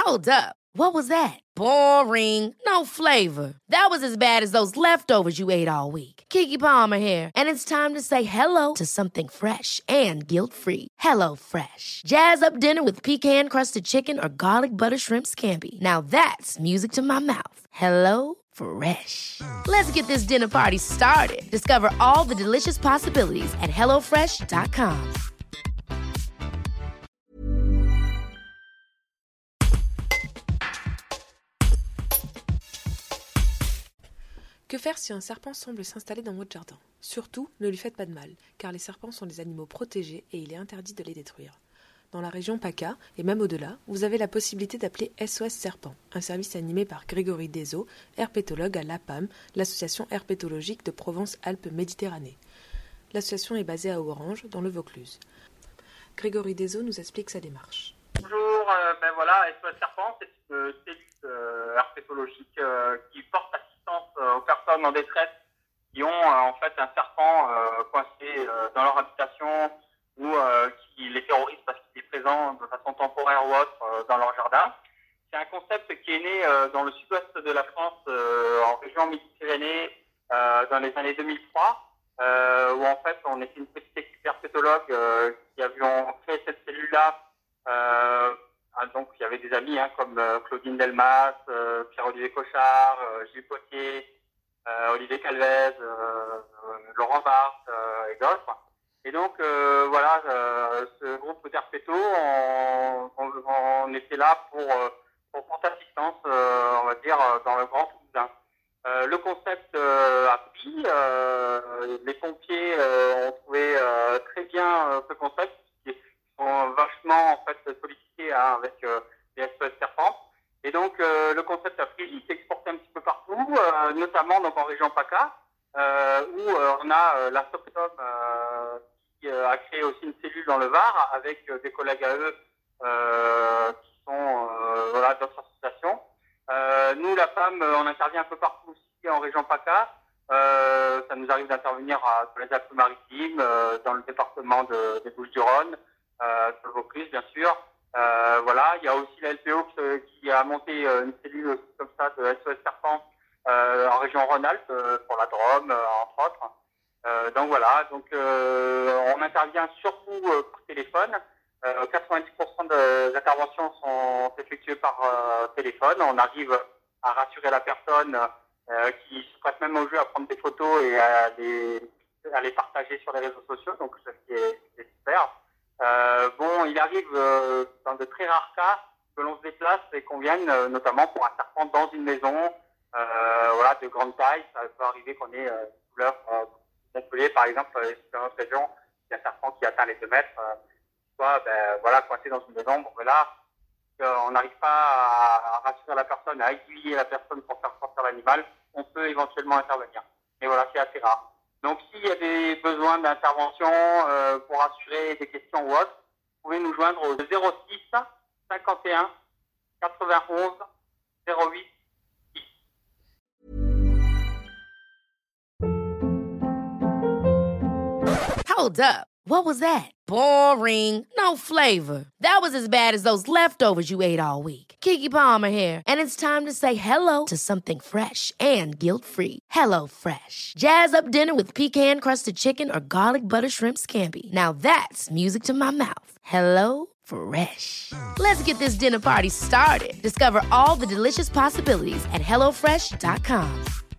Hold up. What was that? Boring. No flavor. That was as bad as those leftovers you ate all week. Keke Palmer here, and it's time to say hello to something fresh and guilt-free. Hello Fresh. Jazz up dinner with pecan-crusted chicken or garlic butter shrimp scampi. Now that's music to my mouth. Hello Fresh. Let's get this dinner party started. Discover all the delicious possibilities at hellofresh.com. Que faire si un serpent semble s'installer dans votre jardin? Surtout, ne lui faites pas de mal, car les serpents sont des animaux protégés et il est interdit de les détruire. Dans la région PACA, et même au-delà, vous avez la possibilité d'appeler SOS Serpent, un service animé par Grégory Dezo, herpétologue à l'APAM, l'association herpétologique de Provence-Alpes-Méditerranée. L'association est basée à Orange, dans le Vaucluse. Grégory Dezo nous explique sa démarche. Bonjour, SOS Serpent, c'est une cellule herpétologique qui porte assistance aux personnes en détresse qui ont en fait un serpent coincé dans leur habitation ou qui les terrorise parce qu'il est présent de façon temporaire ou autre dans leur jardin. C'est un concept qui est né dans le sud-ouest de la France, en région Midi-Pyrénées, dans les années 2003, où en fait on était une petite équipe herpétologue qui avions créé cette cellule-là. Donc il y avait des amis comme Claudine Delmas, Pierre-Olivier Cochard, Gilles Potier, Olivier Calvez, Laurent Barthes et d'autres. Et donc ce groupe d'herpétos, on était là pour porter assistance, on va dire, dans le Grand Toulousain. Le concept a pris, les pompiers ont trouvé très bien ce concept, qui sont vachement en fait sollicités avec les SOS Serpents. Et donc le concept a pris, il s'est exporté un petit peu partout, notamment donc en région PACA, où on a la Soptom qui a créé aussi une cellule dans le Var avec des collègues à eux qui sont d'autres associations. Nous, la PAM, on intervient un peu partout aussi en région PACA. Ça nous arrive d'intervenir dans les Alpes-Maritimes, dans le département des Bouches-du-Rhône, sur le Vaucluse, bien sûr. Il y a aussi la LPO qui a monté une cellule aussi comme ça de SOS Serpent en région Rhône-Alpes, pour la Drôme, entre autres. On intervient surtout par téléphone. 90% des interventions sont effectuées par téléphone. On arrive à rassurer la personne qui se prête même au jeu à prendre des photos et à les partager sur les réseaux sociaux. Donc, ça c'est super. Il arrive dans de très rares cas que l'on se déplace et qu'on vienne notamment pour un serpent dans une maison de grande taille. Ça peut arriver qu'on ait une couleur Montpellier, par exemple, dans notre région, il y a un serpent qui atteint les 2 mètres, coincé dans une maison. On n'arrive pas à rassurer la personne, à aiguiller la personne pour faire sortir l'animal, on peut éventuellement intervenir. Mais voilà, c'est assez rare. Donc, s'il y a des besoins d'intervention pour assurer des questions ou autres, vous pouvez nous joindre au 06 51 91 08 10. Hold up. What was that? Boring. No flavor. That was as bad as those leftovers you ate all week. Keke Palmer here, and it's time to say hello to something fresh and guilt-free. Hello Fresh. Jazz up dinner with pecan-crusted chicken or garlic butter shrimp scampi. Now that's music to my mouth. Hello Fresh. Let's get this dinner party started. Discover all the delicious possibilities at hellofresh.com.